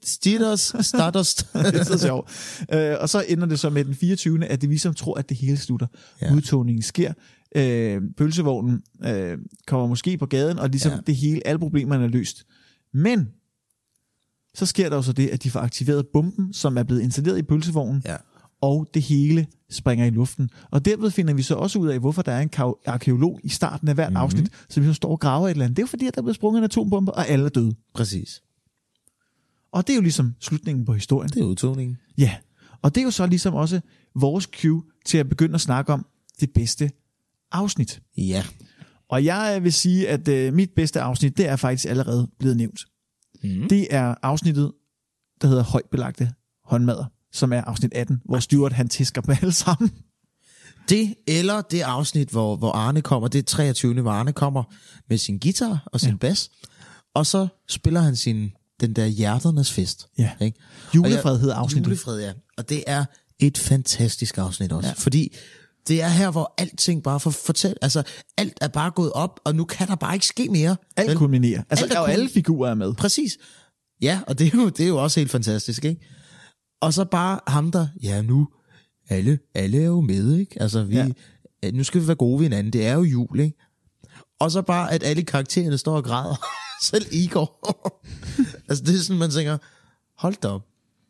Stardust. Det er så sjovt. Og så ender det så med den 24. at det vi som tror, at det hele slutter. Ja. Udtogningen sker. Pølsevognen kommer måske på gaden, og ligesom det hele, alle problemerne er løst. Men så sker der jo så det, at de får aktiveret bomben, som er blevet installeret i pølsevognen, og det hele springer i luften. Og derved finder vi så også ud af, hvorfor der er en arkeolog i starten af hvert afsnit, som så står og graver et eller andet. Det er jo fordi, at der er blevet sprunget en atombombe, og alle er døde. Præcis. Og det er jo ligesom slutningen på historien. Det er udtogningen. Ja, og det er jo så ligesom også vores cue til at begynde at snakke om det bedste afsnit. Ja. Og jeg vil sige, at mit bedste afsnit, det er faktisk allerede blevet nævnt. Det er afsnittet, der hedder højtbelagte håndmadder, som er afsnit 18, hvor Stuart han tisker på alle sammen. Det, eller det afsnit, hvor Arne kommer, det er 23. hvor Arne kommer med sin guitar og sin bas, og så spiller han den der hjerternes fest. Ja. Ikke? Julefred hedder afsnittet. Julefred, ja. Og det er et fantastisk afsnit også, fordi det er her, hvor alting bare får fortælle, altså alt er bare gået op, og nu kan der bare ikke ske mere. Alt kulminerer. Altså alle figurer er med. Præcis. Ja, og det er jo også helt fantastisk, ikke? Og så bare ham der, nu, alle er jo med, ikke? Altså nu skal vi være gode ved hinanden, det er jo jul, ikke? Og så bare, at alle karaktererne står og græder. Selv Igor. Altså det er sådan, man tænker, hold da op.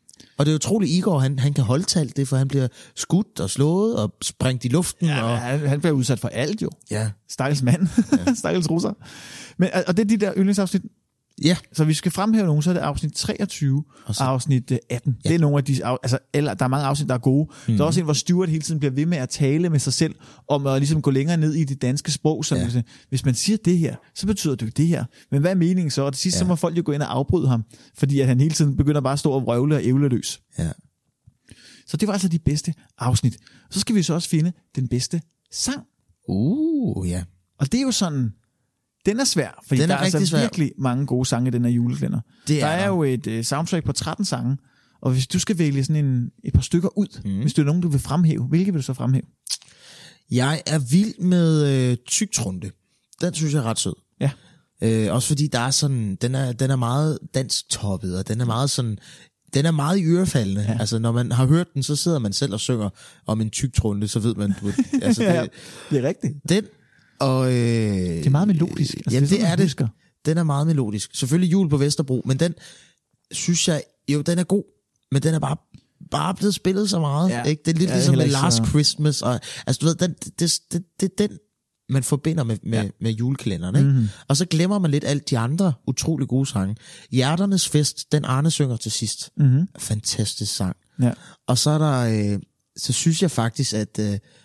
Og det er utroligt, Igor, han kan holde til alt det, for han bliver skudt og slået og sprængt i luften. Ja, og han bliver udsat for alt jo. Ja. Stakkels mand. Ja. Stakkels russer. Men, og det er de der yndlingsafsnit. Ja. Så vi skal fremhæve nogle, så er det afsnit 23 og afsnit 18. Ja. Det er nogle af de, eller der er mange afsnit, der er gode. Der er også en, hvor Stuart hele tiden bliver ved med at tale med sig selv, om at ligesom gå længere ned i det danske sprog. Så hvis man siger det her, så betyder det jo det her. Men hvad er meningen så? Og til sidst, så må folk jo gå ind og afbryde ham, fordi at han hele tiden begynder bare at stå og vrøvle og ævle løs. Ja. Så det var altså de bedste afsnit. Så skal vi så også finde den bedste sang. Ja. Og det er jo sådan... Den er svær, fordi der er altså virkelig mange gode sange i den her julekalender. Der er jo et soundtrack på 13 sange, og hvis du skal vælge sådan et par stykker ud, hvis du er nogen, du vil fremhæve, hvilke vil du så fremhæve? Jeg er vild med Tygtrunde. Den synes jeg er ret sød. Ja. Også fordi der er sådan, den er meget dansk toppet, og den er meget sådan, den er meget i ørefaldende. Ja. Altså når man har hørt den, så sidder man selv og synger om en Tygtrunde, så ved man, altså det er rigtigt. Den og det er meget melodisk. Altså, det er det. Den er meget melodisk. Selvfølgelig Jul på Vesterbro, men den synes jeg jo, den er god, men den er bare blevet spillet så meget. Ja. Ikke? Det er lidt ligesom med Last Christmas. Og, altså du ved, det er den, man forbinder med julekalenderen. Ikke? Mm-hmm. Og så glemmer man lidt alt de andre utrolig gode sange. Hjerternes Fest, den Arne synger til sidst. Mm-hmm. Fantastisk sang. Ja. Og så er der, så synes jeg faktisk, at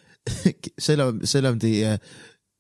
selvom det er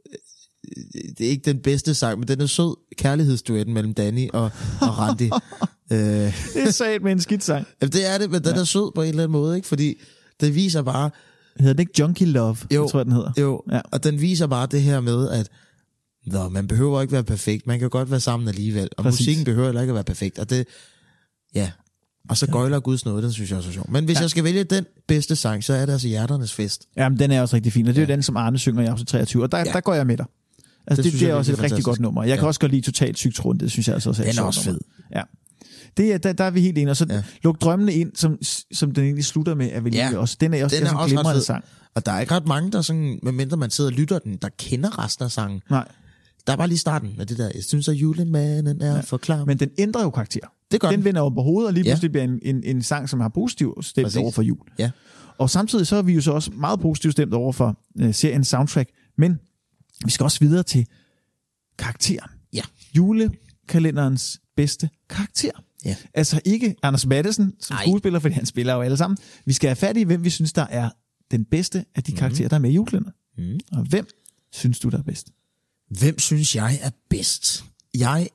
ikke den bedste sang, men den er sød, kærlighedsduetten mellem Danny og Randi. Det er sat med en skidt sang. Det er det, men den er sød på en eller anden måde, ikke? Fordi det viser bare... Hedder den ikke Junkie Love? Jo, tror jeg, den hedder. Jo, ja. Og den viser bare det her med, at man behøver ikke være perfekt, man kan godt være sammen alligevel, og musikken behøver heller ikke at være perfekt, og det... Ja, og så gøjler Guds nåde, den synes jeg også er sjov. Men hvis jeg skal vælge den bedste sang, så er det altså Hjerternes Fest. Jamen, den er også rigtig fin, og det er jo den, som Arne synger i afsnit 23, og der går jeg med dig. Altså, det er også et rigtig godt nummer. Jeg kan også godt lide Totalt Tygtrunde, det synes jeg altså også er den er også fed. Ja. Der er vi helt enige, og så Luk drømmene ind, som den egentlig slutter med, er vel også. Den er også en glimrende sang. Og der er ikke ret mange, der sådan, medmindre man sidder og lytter den, der kender resten af sangen. Nej. Der er bare lige starten af det der, jeg synes, at julemanden er for klar. Men den ændrer jo karakter. Den vender over på hovedet, og lige pludselig bliver en sang, som har positiv stemt over for jul. Ja. Og samtidig så er vi jo så også meget positivt stemt over for seriens soundtrack, men vi skal også videre til karakteren. Ja. Julekalenderens bedste karakter. Ja. Altså ikke Anders Matthesen som skuespiller, fordi han spiller jo alle sammen. Vi skal have fat i, hvem vi synes, der er den bedste af de karakterer, der er med i julekalenderen. Og hvem synes du, der er bedst? Hvem synes jeg er bedst? Jeg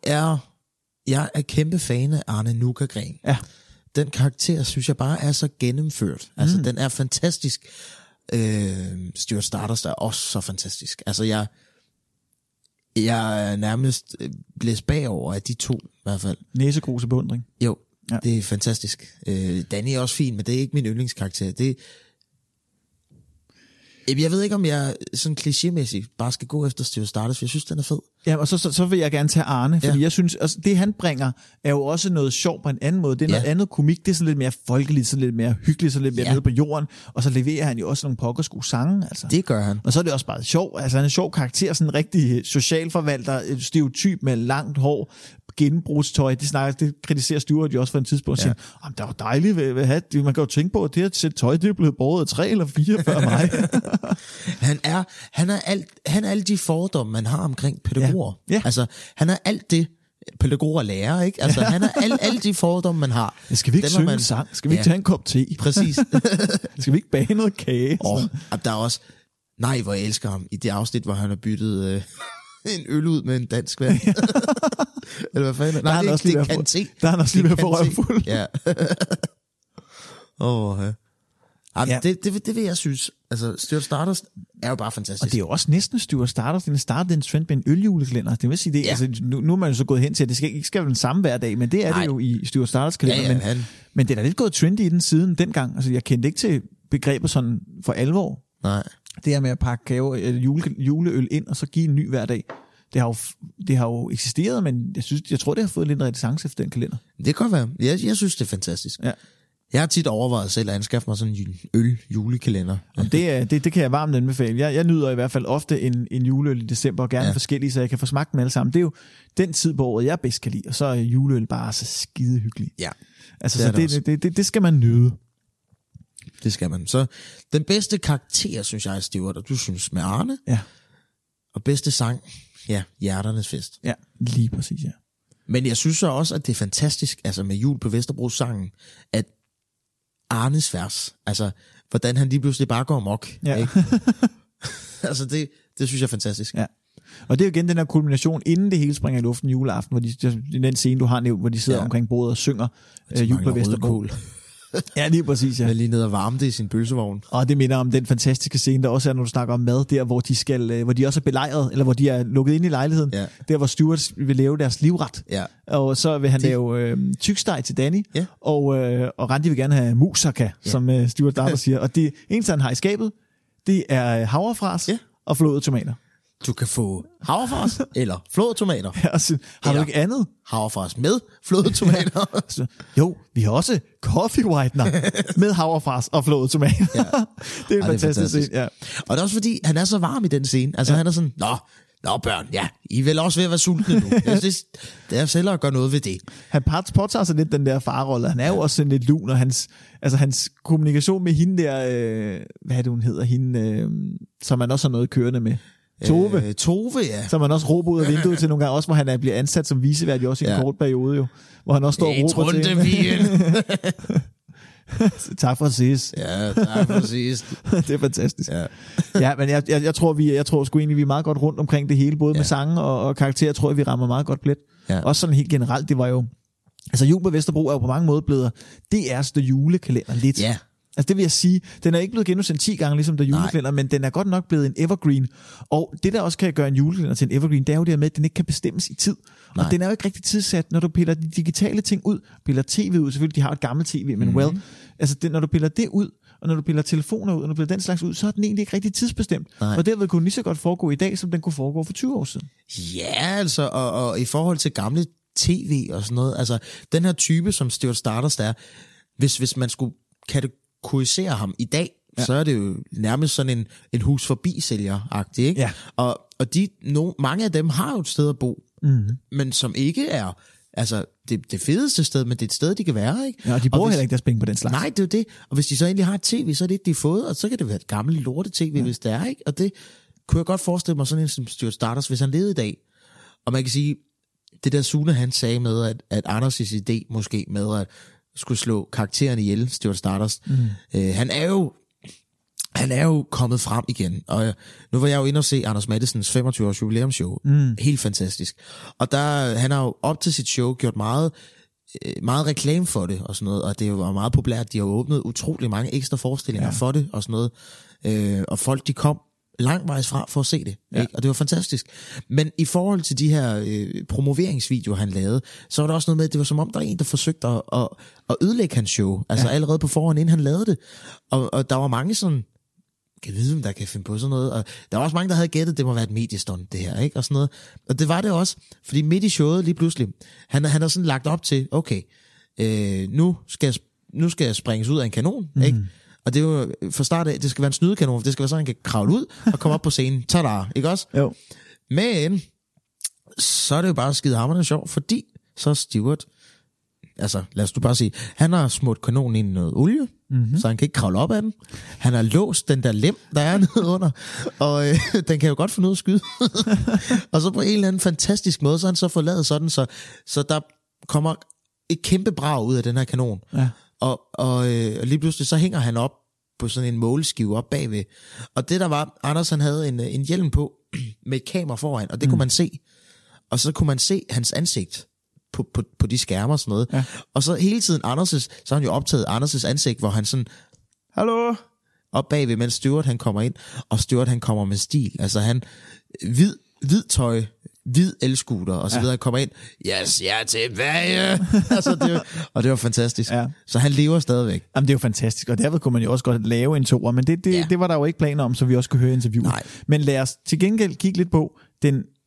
er kæmpe fan af Arne Nuka-Gren. Ja. Den karakter, synes jeg bare er så gennemført. Altså, den er fantastisk. Stuart Stardust er også så fantastisk. Altså, jeg er nærmest blæst bagover af de to, i hvert fald. Næsegrus beundring. Jo, det er fantastisk. Danny er også fin, men det er ikke min yndlingskarakter. Jeg ved ikke, om jeg sådan klichémæssigt bare skal gå efter Stuart Stardust, for jeg synes, den er fed. Ja, og så vil jeg gerne tage Arne, fordi jeg synes, altså, det han bringer, er jo også noget sjovt på en anden måde. Det er noget andet komik, det er sådan lidt mere folkeligt, så lidt mere hyggeligt, så lidt mere nede på jorden, og så leverer han jo også nogle pokkersgode sange. Altså. Det gør han. Og så er det også bare sjov, altså han er en sjov karakter, sådan en rigtig socialforvalter, et stereotyp med langt hår, genbrugstøj, det kritiserer Stuart jo også for en tidspunkt, og siger, det er jo dejligt ved at have det. Man kan jo tænke på, at det her sæt tøj, det er blevet båret af 3 eller 4 før mig. Han er alle de fordomme, man har omkring pædagoger. Ja. Altså, han er alt det, pædagoger lærer, ikke? Altså, han er alle de fordomme, man har. Skal vi ikke synge en sang? Skal vi ikke tage en kop te? Præcis. Skal vi ikke bage noget kage? Der er også, hvor jeg elsker ham, i det afsnit, hvor han har byttet en øl ud med en dansk vand. Eller hvad fanden? Nej, det er kanté. Der er han også lige ved at få røvfuld. Ja. Det vil jeg synes. Altså, Stuart Stardust er jo bare fantastisk. Og det er jo også næsten Stuart Stardust. Den startede en trend med en øljulekalender. Det vil sige, det, altså, nu er man jo så gået hen til, at det ikke skal være den samme hver dag, men det er det jo i Stuart Stardust kalender. Men det er da lidt gået trendy i den siden dengang. Altså, jeg kendte ikke til begreber sådan for alvor. Nej. Det her med at pakke juleøl ind, og så give en ny hver dag. Det har jo eksisteret, men jeg tror, det har fået lidt en renæssance efter den kalender. Det kan godt være. Jeg synes, det er fantastisk. Ja. Jeg har tit overvejet selv at anskaffe mig sådan en øl-julekalender. Det kan jeg varmt anbefale. Jeg nyder i hvert fald ofte en juleøl i december, og gerne forskellige, så jeg kan få smagt dem alle sammen. Det er jo den tid på året, jeg bedst kan lide, og så er juleøl bare så skide hyggelig. Ja, altså, det skal man nyde. Det skal man. Så den bedste karakter, synes jeg, Stewart, og du synes med Arne. Ja. Og bedste sang, ja, Hjerternes Fest. Ja, lige præcis, ja. Men jeg synes så også, at det er fantastisk, altså med Jul på Vesterbro-sangen, at Arnes vers, altså hvordan han lige pludselig bare går amok. Ja. Ikke? Altså det synes jeg er fantastisk. Ja. Og det er jo igen den her kulmination, inden det hele springer i luften juleaften, hvor den scene, du har nævnt, hvor de sidder omkring bordet og synger Jul på Vesterbro. Ja, lige præcis, ja. Men lige ned og varme det i sin pølsevogn. Og det minder om den fantastiske scene, der også er, når du snakker om mad, der hvor de også er belejret, eller hvor de er lukket ind i lejligheden. Ja. Der hvor Stuart vil lave deres livret. Ja. Og så vil han lave tyksteg til Danny, og Randi vil gerne have musaka, som Stuart Darter siger. Og det eneste, han har i skabet, det er havrefras og flåede tomater. Du kan få havrefras eller flåede tomater. Ja, har du ikke andet? Havrefras med flåede tomater. Jo, vi har også coffee whitener med havrefras og flåede tomater. Ja. Det er en fantastisk scene. Ja. Og det er også fordi, han er så varm i den scene. Altså han er sådan, Nå børn, ja, I er vel også ved at være sultne nu. Det er selv at gøre noget ved det. Han påtager sig lidt den der farrolle. Han er jo også sådan lidt lun, og hans kommunikation med hende der, hvad er det hun hedder, hende, som man også har noget kørende med. Tove, ja. Som man også råber ud af vinduet til nogle gange, også hvor han bliver ansat som vicevært også i en kort periode jo, hvor han også står og råber til hende. Tak for sidst. Ja, tak for sidst. Det er fantastisk. Ja, men jeg tror sgu egentlig, vi er meget godt rundt omkring det hele, både med sange og karakterer, tror jeg, vi rammer meget godt plet. Ja. Også sådan helt generelt, det var jo, altså Jul på Vesterbro er jo på mange måder blevet DR's julekalender lidt. Ja. Altså det vil jeg sige, den er ikke blevet genudsendt 10 gange, ligesom der julekalender, men den er godt nok blevet en evergreen. Og det, der også kan gøre en julekalender til en evergreen, det er jo det med, at den ikke kan bestemmes i tid. Og den er jo ikke rigtig tidssat, når du piller de digitale ting ud, piller tv ud, selvfølgelig, de har et gammelt tv, men altså når du piller det ud, og når du piller telefoner ud, og når du piller den slags ud, så er den egentlig ikke rigtig tidsbestemt. Nej. Og derved kunne den lige så godt foregå i dag, som den kunne foregå for 20 år siden. Ja, altså, og i forhold til gamle tv og sådan noget, altså den her type, som Stuart Stardust er, hvis man skulle kategorisere ham i dag, så er det jo nærmest sådan en hus forbi sælger-agtig, ikke? Ja. Og mange af dem har jo et sted at bo, men som ikke er altså det fedeste sted, men det er et sted, de kan være, ikke? Ja, og de bruger heller ikke deres penge på den slags. Nej, det er jo det. Og hvis de så egentlig har et tv, så er det ikke, de har fået, og så kan det være et gammelt lorte-tv, hvis det er, ikke? Og det kunne jeg godt forestille mig sådan en som Stuart Stardust, hvis han levede i dag. Og man kan sige, det der Sune, han sagde med, at Anders' idé måske med at skulle slå karakteren ihjel, Stuart Stardust, han er jo kommet frem igen, og nu var jeg jo inde og se Anders Mattesens 25-års jubilæumsshow. Helt fantastisk. Og han har jo op til sit show gjort meget reklame for det og sådan noget, og det var meget populært. De har jo åbnet utrolig mange ekstra forestillinger for det og sådan noget, og folk de kom langvejs fra for at se det, ikke? Og det var fantastisk. Men i forhold til de her promoveringsvideoer, han lavede, så var der også noget med, at det var som om, der er en, der forsøgte at ødelægge hans show, altså allerede på forhånd, inden han lavede det. Og der var mange sådan, kan vide, om der kan finde på sådan noget, og der var også mange, der havde gættet, det må være et mediestunt, det her, ikke? Og sådan noget. Og det var det også, fordi midt i showet lige pludselig, han har sådan lagt op til, okay, nu skal jeg springes ud af en kanon, ikke? Og det er jo for start af, det skal være en snydekanon, for det skal være sådan, han kan kravle ud og komme op på scenen. Tada, ikke også? Jo. Men så er det jo bare skidehamrende sjovt, fordi så Stuart, altså lad os du bare sige, han har smurt kanonen ind i noget olie, så han kan ikke kravle op af den. Han har låst den der lem, der er nede under, og den kan jo godt få noget at skyde. Og så på en eller anden fantastisk måde, så har han så fået lavet sådan, så der kommer et kæmpe brag ud af den her kanon. Ja. Og lige pludselig så hænger han op på sådan en måleskive op bagved. Og det der var, Anders han havde en hjelm på med et kamera foran, og det kunne man se. Og så kunne man se hans ansigt på de skærmer og sådan noget. Ja. Og så hele tiden så har han jo optaget Anders' ansigt, hvor han sådan, hallo, op bagved, mens Stuart han kommer ind, og Stuart han kommer med stil. Altså han, hvid tøj, hvid elskuter og så videre, kommer ind, yes, jeg er tilbage. Altså, det var fantastisk. Ja. Så han lever stadigvæk. Jamen, det er jo fantastisk, og derved kunne man jo også godt lave en toer, men det var der jo ikke planer om, så vi også kunne høre interviewet. Nej. Men lad os til gengæld kigge lidt på den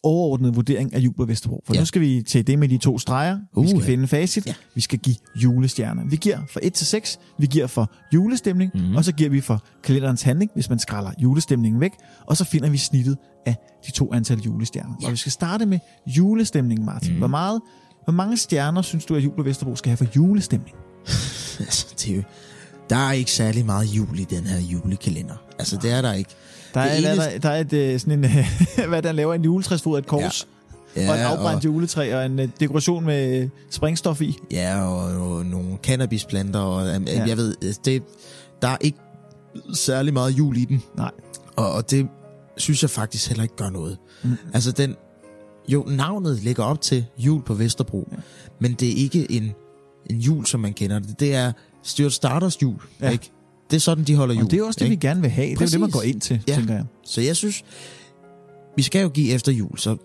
overordnet vurdering af Jul på Vesterbro. For nu skal vi til det med de 2 streger. Vi skal finde facit. Ja. Vi skal give julestjerner. Vi giver fra 1 til 6. Vi giver for julestemning. Og så giver vi for kalenderens handling, hvis man skræller julestemningen væk. Og så finder vi snittet af de 2 antal julestjerner. Og vi skal starte med julestemningen, Martin. Hvor mange stjerner synes du, at Jul på Vesterbro skal have for julestemning? Der er ikke særlig meget jul i den her julekalender. Altså, det er der ikke. Der er et sådan en, hvad der laver, en juletræsfod af et kors, og et afbrændt juletræ, og en dekoration med sprængstof i. Ja, og nogle cannabisplanter, og jeg ved, der er ikke særlig meget jul i den. Nej. Og det synes jeg faktisk heller ikke gør noget. Altså, navnet ligger op til Jul på Vesterbro, men det er ikke en jul, som man kender det. Det er Stuart Stardust jul, ikke? Det er sådan, de holder jul. Og det er også det, vi gerne vil have. Præcis. Det er det, man går ind til, tænker jeg. Så jeg synes, vi skal jo give efter jul, så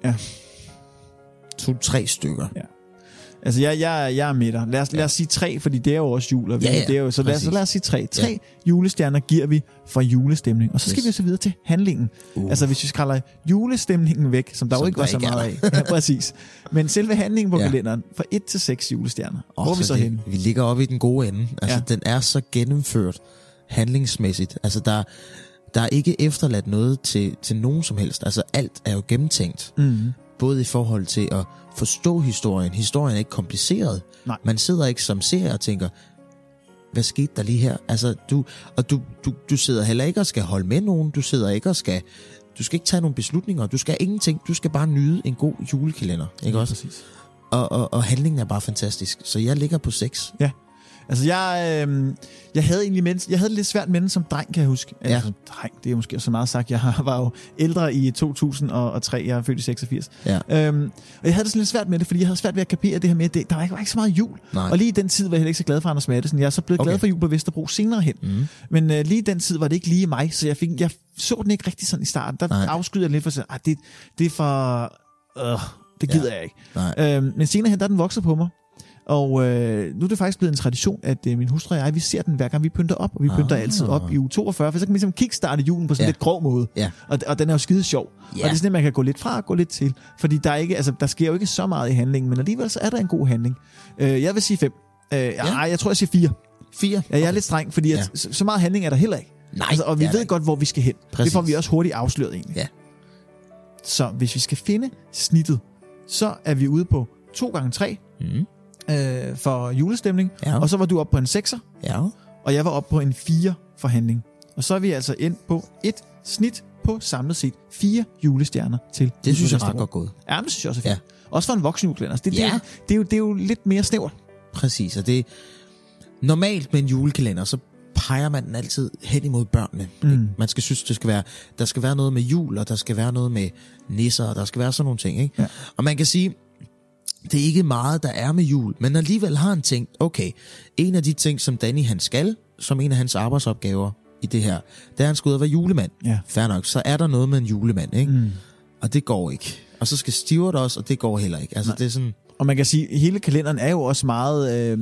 2-3 stykker. Ja. Altså, jeg er med dig. Lad os sige 3, fordi det er jo også jul. Og det er jo, så lad os sige 3. 3 julestjerner giver vi for julestemning. Og så skal vi så videre til handlingen. Altså, hvis vi skræller julestemningen væk, som der jo ikke var så meget af. Ja, præcis. Men selve handlingen på kalenderen, fra 1 til 6 julestjerner. Hvor er vi så henne? Vi ligger oppe i den gode ende. Altså, den er så gennemført handlingsmæssigt. Altså, der er ikke efterladt noget til nogen som helst. Altså, alt er jo gennemtænkt. Både i forhold til at forstå historien. Historien er ikke kompliceret. Nej. Man sidder ikke som seer og tænker, hvad skete der lige her? Altså, du sidder heller ikke og skal holde med nogen. Du sidder ikke og du skal ikke tage nogle beslutninger. Du skal ingenting. Du skal bare nyde en god julekalender. Ikke også? Præcis. Og handlingen er bare fantastisk. Så jeg ligger på 6. Ja. Altså, jeg havde det lidt svært med den som dreng, kan jeg huske. Altså, som dreng, det er måske så meget sagt. Jeg var jo ældre i 2003, jeg er født i 86. Ja. Og jeg havde det sådan lidt svært med det, fordi jeg havde svært ved at kapere det her med, at der var ikke så meget jul. Nej. Og lige i den tid var jeg heller ikke så glad for Anders Mattesen. Jeg er så blevet glad for Jul på Vesterbro senere hen. Men lige i den tid var det ikke lige mig, så jeg så den ikke rigtig sådan i starten. Der afskyder jeg lidt for at sige, det er for... det gider jeg ikke. Men senere hen, der er den vokset på mig. Og nu er det faktisk blevet en tradition, at min hustru og jeg, vi ser den hver gang vi pynter op, og vi pynter altid op i uge 42, for så kan man ligesom kickstarte julen på sådan lidt grov måde. Ja. Og den er jo skide sjov. Og det er sådan, at man kan gå lidt fra og gå lidt til, fordi der sker jo ikke så meget i handlingen, men alligevel så er der en god handling. Jeg vil sige 5. Jeg tror, jeg siger 4. 4? Ja, jeg er lidt streng, fordi så meget handling er der heller ikke. Nej, altså, og vi ved godt, hvor vi skal hen. Præcis. Det får vi også hurtigt afsløret egentlig. Ja. Så hvis vi skal finde snittet, så er vi ude på 2x3. For julestemning, og så var du oppe på en 6'er, og jeg var oppe på en 4 for handling. Og så er vi altså endt på et snit på samlet set 4 julestjerner til. Det synes jeg er ret godt gået. Ja, det synes jeg også er fint. Også for en voksen julekalender. Det er jo lidt mere snævert. Præcis, og det normalt med en julekalender, så peger man den altid hen imod børnene. Man skal synes, der skal være noget med jul, og der skal være noget med nisser, og der skal være sådan nogle ting, ikke? Ja. Og man kan sige, det er ikke meget, der er med jul, men alligevel har han tænkt, okay, en af de ting, som Danny han skal, som en af hans arbejdsopgaver i det her, det er, han skal ud og være julemand. Ja. Fair nok, så er der noget med en julemand, ikke? Og det går ikke. Og så skal Stewart også, og det går heller ikke. Altså, det er sådan... Og man kan sige, at hele kalenderen er jo også meget...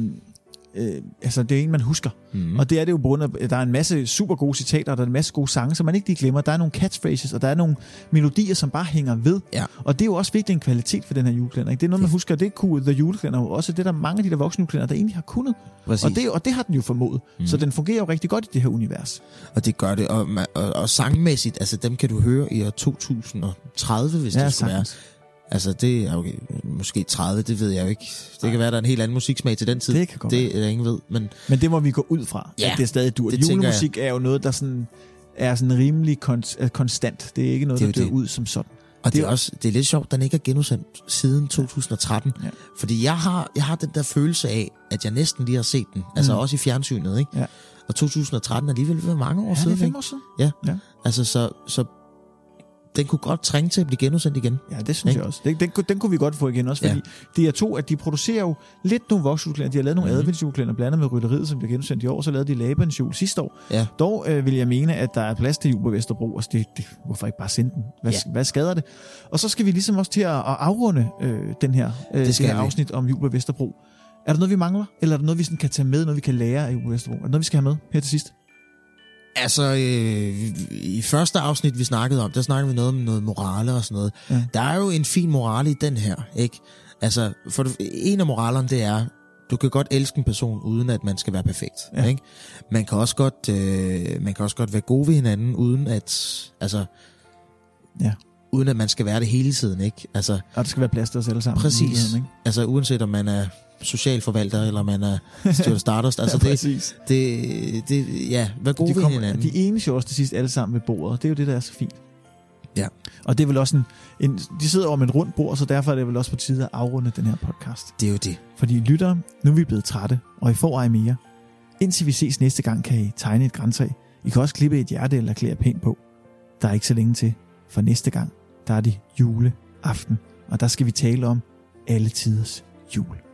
altså det er en, man husker. Og det er det jo på grund af, der er en masse super gode citater, og der er en masse gode sange, som man ikke lige glemmer. Der er nogle catchphrases, og der er nogle melodier, som bare hænger ved. Ja. Og det er jo også virkelig en kvalitet for den her julekalender. Det er noget, man husker, det kunne The Julekalender jo også. Det er der mange af de der voksne julekalender, der egentlig har kunnet. Og det har den jo formået. Så den fungerer jo rigtig godt i det her univers. Og det gør det. Og sangmæssigt, altså dem kan du høre i år 2030, hvis det skulle være. Altså, det er okay, måske 30, det ved jeg jo ikke. Det kan være, der er en helt anden musiksmag til den tid. Det kan godt det er der ingen ved. Men det må vi gå ud fra, at det er stadig dur. Julemusik er jo noget, der sådan, er sådan rimelig konstant. Det er ikke noget, der dør ud som sådan. Og det er lidt sjovt, at den ikke er genudsendt siden 2013. Ja. Fordi jeg har den der følelse af, at jeg næsten lige har set den. Altså også i fjernsynet, ikke? Ja. Og 2013 er alligevel mange år siden. Ja, det er 5 år siden. Ja. Altså, så den kunne godt trænge til at blive genudsendt igen. Ja, det synes jeg også. Den kunne vi godt få igen også, fordi DR2, at de producerer jo lidt nogle voksjulekalender. De har lavet nogle adventsjulekalender, blandt andet med Rytteriet, som bliver genudsendt i år, så lavede de Labans jul sidste år. Ja. Dog vil jeg mene, at der er plads til Jul på Vesterbro, og hvorfor ikke bare sende den? Hvad skader det? Og så skal vi ligesom også til at afrunde det her afsnit om Jul på Vesterbro. Er der noget, vi mangler? Eller er der noget, vi sådan kan tage med, noget vi kan lære af Jul på Vesterbro? Er der noget, vi skal have med her til sidst? Altså, i første afsnit, vi snakkede om, der snakkede vi noget om noget morale og sådan noget. Ja. Der er jo en fin morale i den her, ikke? Altså, for en af moralerne, det er, du kan godt elske en person, uden at man skal være perfekt. Ja. Ikke? Man kan også godt være gode ved hinanden, uden at, altså, uden at man skal være det hele tiden, ikke? Altså, og der skal være plads til os alle sammen. Præcis. Ikke? Altså, uanset om man er socialforvalter, eller man er Stuart Stardust. Altså, vær gode ved hinanden. De eneste også til sidst alle sammen ved bordet. Det er jo det, der er så fint. Ja. Og det er vel også de sidder om et rundt bord, så derfor er det vel også på tide at afrunde den her podcast. Det er jo det. Fordi lyttere, nu er vi blevet trætte, og I får ej mere. Indtil vi ses næste gang, kan I tegne et grantræ. I kan også klippe et hjerte eller klæde pænt på. Der er ikke så længe til, for næste gang, der er det juleaften, og der skal vi tale om alle tiders jul.